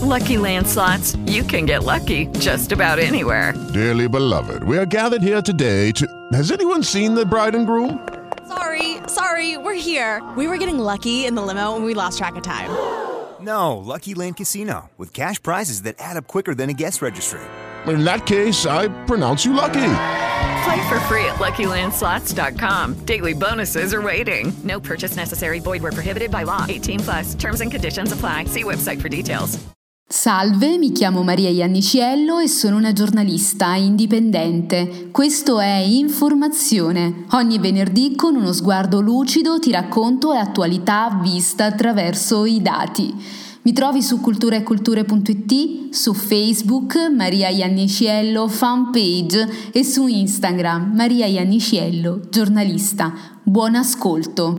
Lucky Land Slots, you can get lucky just about anywhere. Dearly beloved, we are gathered here today to... Has anyone seen the bride and groom? Sorry, we're here. We were getting lucky in the limo and we lost track of time. No, Lucky Land Casino, with cash prizes that add up quicker than a guest registry. In that case, I pronounce you lucky. Play for free at LuckyLandSlots.com. Daily bonuses are waiting. No purchase necessary. Void where prohibited by law. 18+. Terms and conditions apply. See website for details. Salve, mi chiamo Maria Ianniciello e sono una giornalista indipendente. Questo è Informazione. Ogni venerdì con uno sguardo lucido ti racconto l'attualità vista attraverso i dati. Mi trovi su culturaeculture.it, su Facebook Maria Ianniciello fanpage e su Instagram Maria Ianniciello giornalista. Buon ascolto.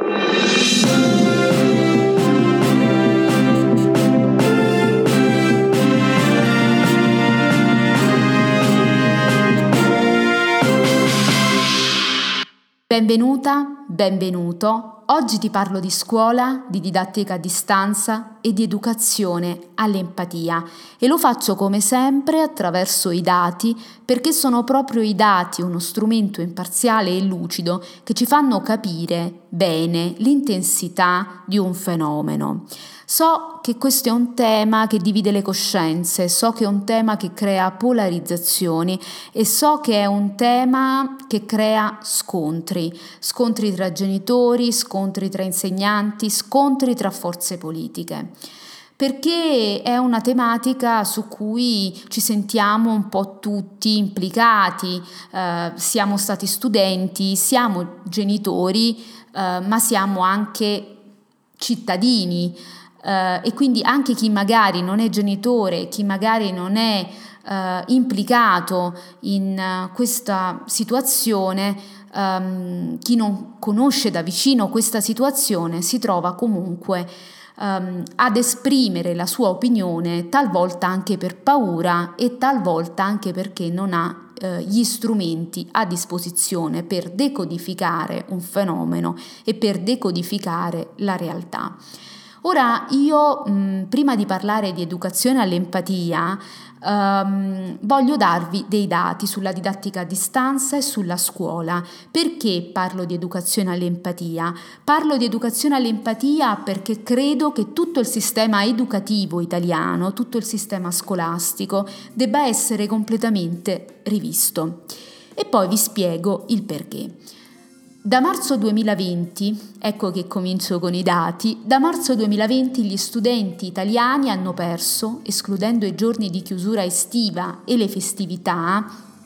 Benvenuta, benvenuto. Oggi ti parlo di scuola, di didattica a distanza e di educazione all'empatia e lo faccio come sempre attraverso i dati, perché sono proprio i dati uno strumento imparziale e lucido che ci fanno capire bene l'intensità di un fenomeno. So che questo è un tema che divide le coscienze, so che è un tema che crea polarizzazioni e so che è un tema che crea scontri tra genitori, scontri tra insegnanti, scontri tra forze politiche. Perché è una tematica su cui ci sentiamo un po' tutti implicati, siamo stati studenti, siamo genitori, ma siamo anche cittadini. E quindi anche chi magari non è genitore, chi magari non è implicato in questa situazione, chi non conosce da vicino questa situazione si trova comunque ad esprimere la sua opinione, talvolta anche per paura e talvolta anche perché non ha gli strumenti a disposizione per decodificare un fenomeno e per decodificare la realtà. Ora io, prima di parlare di educazione all'empatia, voglio darvi dei dati sulla didattica a distanza e sulla scuola. Perché parlo di educazione all'empatia? Parlo di educazione all'empatia perché credo che tutto il sistema educativo italiano, tutto il sistema scolastico, debba essere completamente rivisto. E poi vi spiego il perché. Da marzo 2020, ecco che comincio con i dati, da marzo 2020 gli studenti italiani hanno perso, escludendo i giorni di chiusura estiva e le festività,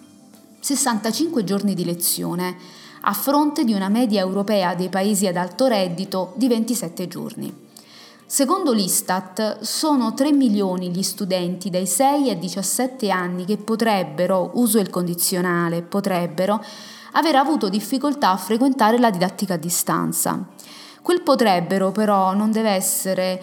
65 giorni di lezione, a fronte di una media europea dei paesi ad alto reddito di 27 giorni. Secondo l'Istat, sono 3 milioni gli studenti dai 6 ai 17 anni che potrebbero, uso il condizionale, potrebbero, aver avuto difficoltà a frequentare la didattica a distanza. Quel potrebbero però non deve essere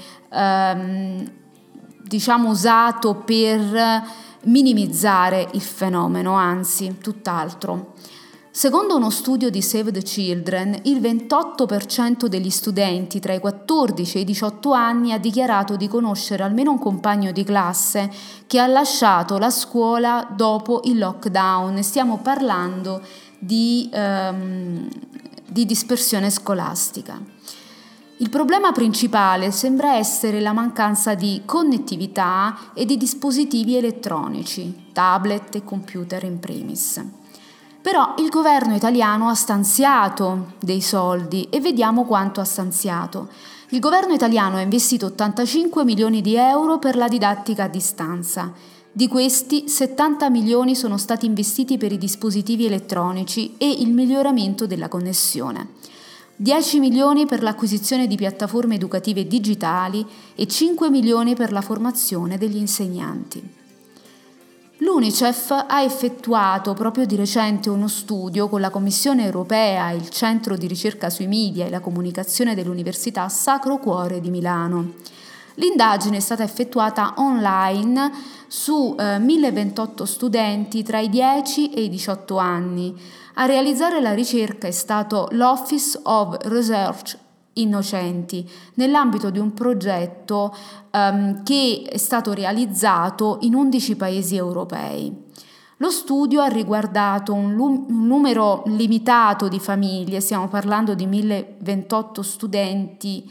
usato per minimizzare il fenomeno, anzi, tutt'altro. Secondo uno studio di Save the Children, il 28% degli studenti tra i 14 e i 18 anni ha dichiarato di conoscere almeno un compagno di classe che ha lasciato la scuola dopo il lockdown. Stiamo parlando di dispersione scolastica. Il problema principale sembra essere la mancanza di connettività e di dispositivi elettronici, tablet e computer in primis. Però il governo italiano ha stanziato dei soldi e vediamo quanto ha stanziato. Il governo italiano ha investito 85 milioni di euro per la didattica a distanza. Di questi, 70 milioni sono stati investiti per i dispositivi elettronici e il miglioramento della connessione. 10 milioni per l'acquisizione di piattaforme educative digitali e 5 milioni per la formazione degli insegnanti. L'UNICEF ha effettuato proprio di recente uno studio con la Commissione europea, il Centro di ricerca sui media e la comunicazione dell'Università Sacro Cuore di Milano. L'indagine è stata effettuata online su 1028 studenti tra i 10 e i 18 anni. A realizzare la ricerca è stato l'Office of Research innocenti nell'ambito di un progetto che è stato realizzato in 11 paesi europei. Lo studio ha riguardato un numero limitato di famiglie, stiamo parlando di 1028 studenti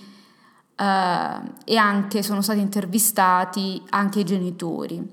e anche sono stati intervistati anche i genitori.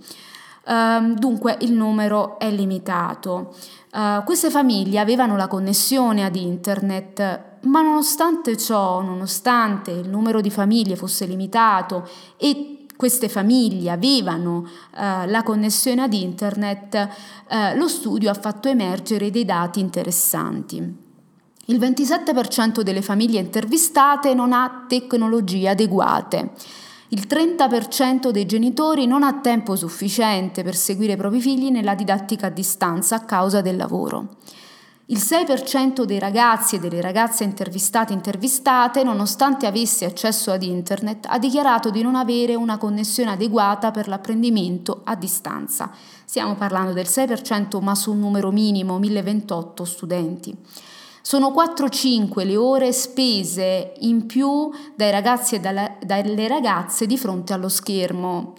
Dunque il numero è limitato. Queste famiglie avevano la connessione ad internet, ma nonostante ciò, nonostante il numero di famiglie fosse limitato e queste famiglie avevano la connessione ad internet, lo studio ha fatto emergere dei dati interessanti. Il 27% delle famiglie intervistate non ha tecnologie adeguate. Il 30% dei genitori non ha tempo sufficiente per seguire i propri figli nella didattica a distanza a causa del lavoro. Il 6% dei ragazzi e delle ragazze intervistate, nonostante avesse accesso ad internet, ha dichiarato di non avere una connessione adeguata per l'apprendimento a distanza. Stiamo parlando del 6%, ma su un numero minimo, 1028 studenti. Sono 4-5 le ore spese in più dai ragazzi e dalle ragazze di fronte allo schermo,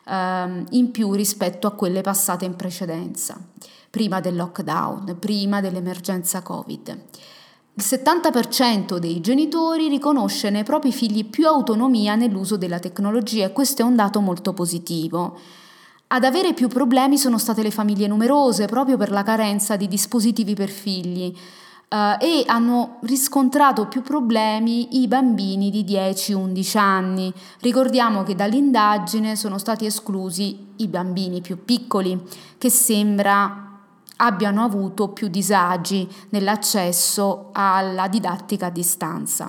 in più rispetto a quelle passate in precedenza, prima del lockdown, prima dell'emergenza Covid. Il 70% dei genitori riconosce nei propri figli più autonomia nell'uso della tecnologia e questo è un dato molto positivo. Ad avere più problemi sono state le famiglie numerose proprio per la carenza di dispositivi per figli. E hanno riscontrato più problemi i bambini di 10-11 anni. Ricordiamo che dall'indagine sono stati esclusi i bambini più piccoli, che sembra abbiano avuto più disagi nell'accesso alla didattica a distanza.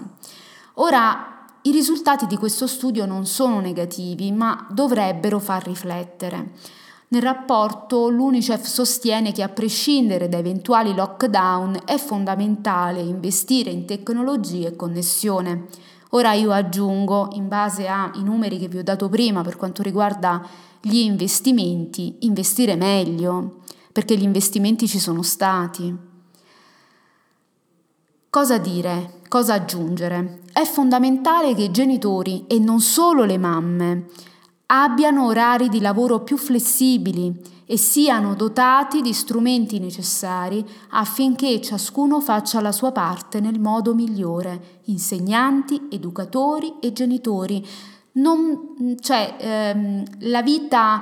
Ora, i risultati di questo studio non sono negativi, ma dovrebbero far riflettere. Nel rapporto l'UNICEF sostiene che a prescindere da eventuali lockdown è fondamentale investire in tecnologie e connessione. Ora io aggiungo, in base ai numeri che vi ho dato prima per quanto riguarda gli investimenti, investire meglio, perché gli investimenti ci sono stati. Cosa dire? Cosa aggiungere? È fondamentale che i genitori, e non solo le mamme, abbiano orari di lavoro più flessibili e siano dotati di strumenti necessari affinché ciascuno faccia la sua parte nel modo migliore, insegnanti, educatori e genitori. La vita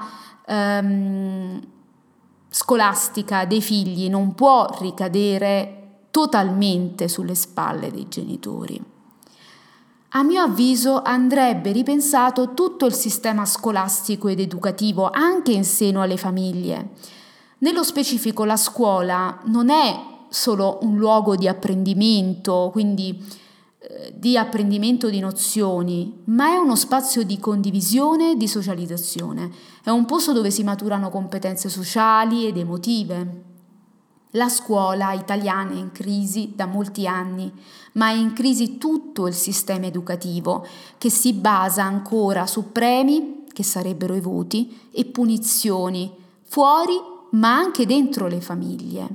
scolastica dei figli non può ricadere totalmente sulle spalle dei genitori. A mio avviso andrebbe ripensato tutto il sistema scolastico ed educativo, anche in seno alle famiglie. Nello specifico la scuola non è solo un luogo di apprendimento, quindi di apprendimento di nozioni, ma è uno spazio di condivisione e di socializzazione. È un posto dove si maturano competenze sociali ed emotive. La scuola italiana è in crisi da molti anni, ma è in crisi tutto il sistema educativo, che si basa ancora su premi, che sarebbero i voti, e punizioni, fuori ma anche dentro le famiglie.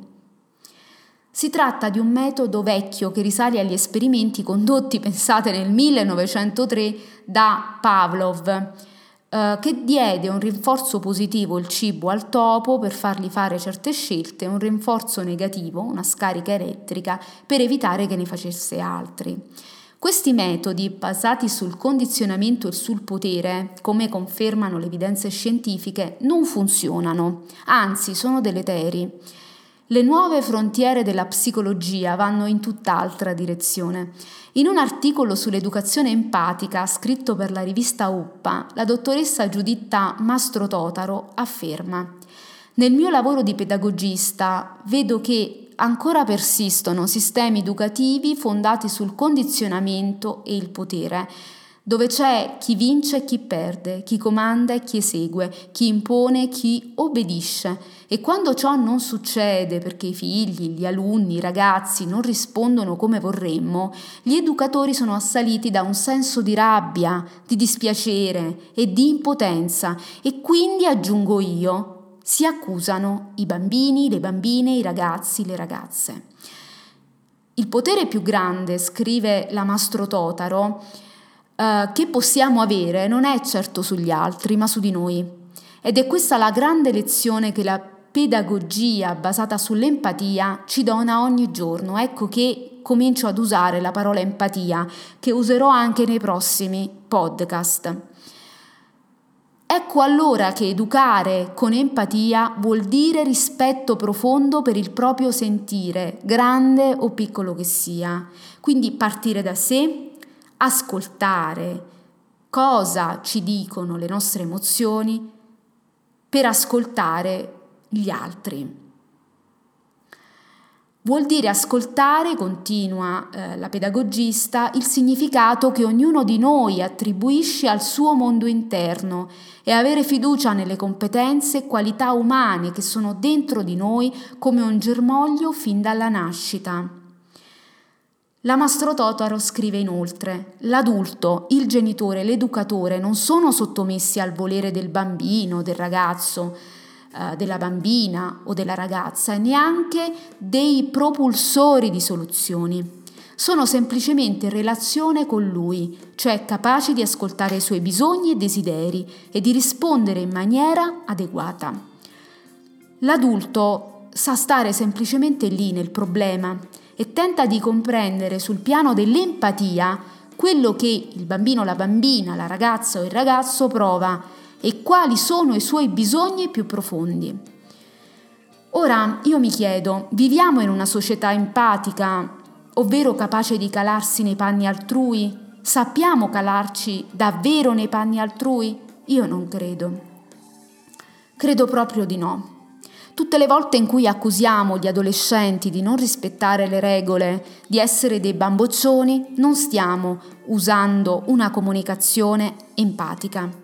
Si tratta di un metodo vecchio che risale agli esperimenti condotti, pensate, nel 1903 da Pavlov, che diede un rinforzo positivo, il cibo, al topo per fargli fare certe scelte, un rinforzo negativo, una scarica elettrica, per evitare che ne facesse altri. Questi metodi, basati sul condizionamento e sul potere, come confermano le evidenze scientifiche, non funzionano, anzi sono deleteri. Le nuove frontiere della psicologia vanno in tutt'altra direzione. In un articolo sull'educazione empatica scritto per la rivista UPPA, la dottoressa Giuditta Mastrototaro afferma: «Nel mio lavoro di pedagogista vedo che ancora persistono sistemi educativi fondati sul condizionamento e il potere, dove c'è chi vince e chi perde, chi comanda e chi esegue, chi impone e chi obbedisce. E quando ciò non succede perché i figli, gli alunni, i ragazzi non rispondono come vorremmo, gli educatori sono assaliti da un senso di rabbia, di dispiacere e di impotenza e quindi, aggiungo io, si accusano i bambini, le bambine, i ragazzi, le ragazze». il potere più grande, scrive la Mastro Totaro, che possiamo avere non è certo sugli altri, ma su di noi. Ed è questa la grande lezione che la pedagogia basata sull'empatia ci dona ogni giorno. Ecco che comincio ad usare la parola empatia, che userò anche nei prossimi podcast. Ecco allora che educare con empatia vuol dire rispetto profondo per il proprio sentire, grande o piccolo che sia. Quindi partire da sé, ascoltare cosa ci dicono le nostre emozioni per ascoltare gli altri. Vuol dire ascoltare, continua la pedagogista, il significato che ognuno di noi attribuisce al suo mondo interno e avere fiducia nelle competenze e qualità umane che sono dentro di noi come un germoglio fin dalla nascita. La Mastro Totaro scrive inoltre: l'adulto, il genitore, l'educatore non sono sottomessi al volere del bambino, del ragazzo, della bambina o della ragazza e neanche dei propulsori di soluzioni. Sono semplicemente in relazione con lui, cioè capaci di ascoltare i suoi bisogni e desideri e di rispondere in maniera adeguata. L'adulto sa stare semplicemente lì nel problema e tenta di comprendere sul piano dell'empatia quello che il bambino, la bambina, la ragazza o il ragazzo prova e quali sono i suoi bisogni più profondi. Ora io mi chiedo, viviamo in una società empatica, ovvero capace di calarsi nei panni altrui? Sappiamo calarci davvero nei panni altrui? Io non credo. Credo proprio di no. Tutte le volte in cui accusiamo gli adolescenti di non rispettare le regole, di essere dei bamboccioni, non stiamo usando una comunicazione empatica.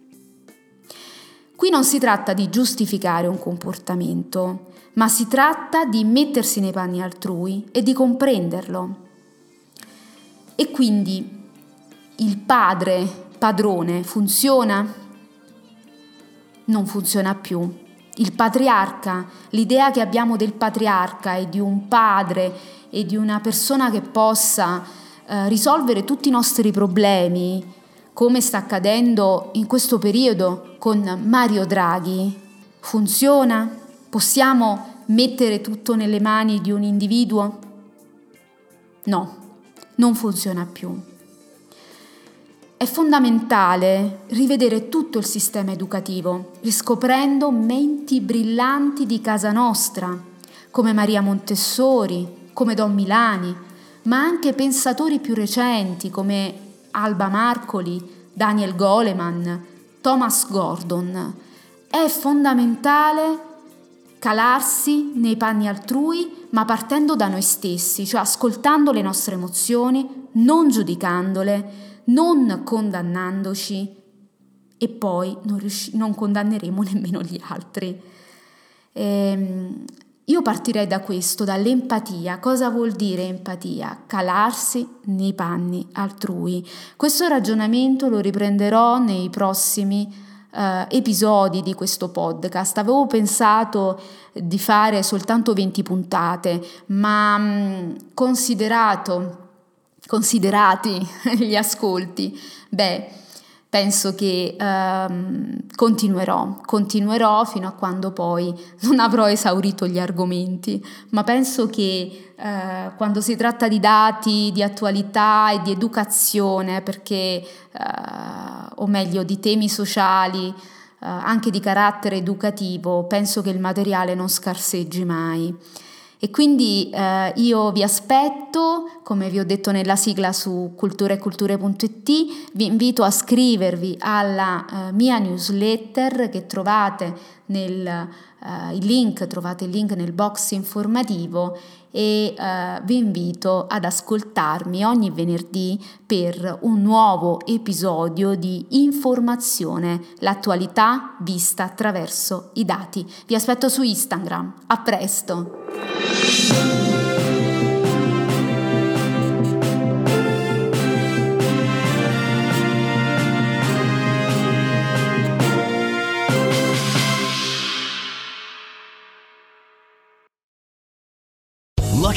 Qui non si tratta di giustificare un comportamento, ma si tratta di mettersi nei panni altrui e di comprenderlo. E quindi il padrone funziona? Non funziona più. Il patriarca, l'idea che abbiamo del patriarca e di un padre e di una persona che possa risolvere tutti i nostri problemi, come sta accadendo in questo periodo con Mario Draghi, funziona? Possiamo mettere tutto nelle mani di un individuo? No, non funziona più. È fondamentale rivedere tutto il sistema educativo, riscoprendo menti brillanti di casa nostra, come Maria Montessori, come Don Milani, ma anche pensatori più recenti come Alba Marcoli, Daniel Goleman, Thomas Gordon. È fondamentale calarsi nei panni altrui, ma partendo da noi stessi, cioè ascoltando le nostre emozioni, non giudicandole, non condannandoci e poi non condanneremo nemmeno gli altri. Io partirei da questo, dall'empatia. Cosa vuol dire empatia? Calarsi nei panni altrui. Questo ragionamento lo riprenderò nei prossimi episodi di questo podcast. Avevo pensato di fare soltanto 20 puntate, ma considerati gli ascolti, penso che continuerò fino a quando poi non avrò esaurito gli argomenti, ma penso che quando si tratta di dati, di attualità e di educazione, o meglio di temi sociali, anche di carattere educativo, penso che il materiale non scarseggi mai. E quindi io vi aspetto, come vi ho detto nella sigla su culturaeculture.it, vi invito a iscrivervi alla mia newsletter che trovate trovate il link nel box informativo e vi invito ad ascoltarmi ogni venerdì per un nuovo episodio di informazione, l'attualità vista attraverso i dati. Vi aspetto su Instagram. A presto!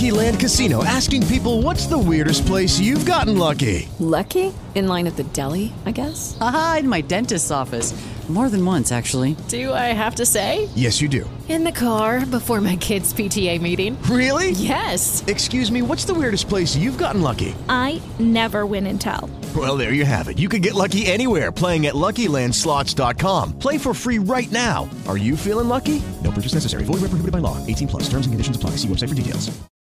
Lucky Land Casino, asking people, what's the weirdest place you've gotten lucky? Lucky? In line at the deli, I guess? Aha, in my dentist's office. More than once, actually. Do I have to say? Yes, you do. In the car before my kids' PTA meeting. Really? Yes. Excuse me, what's the weirdest place you've gotten lucky? I never win and tell. Well, there you have it. You can get lucky anywhere, playing at LuckyLandSlots.com. Play for free right now. Are you feeling lucky? No purchase necessary. Void where prohibited by law. 18+. Terms and conditions apply. See website for details.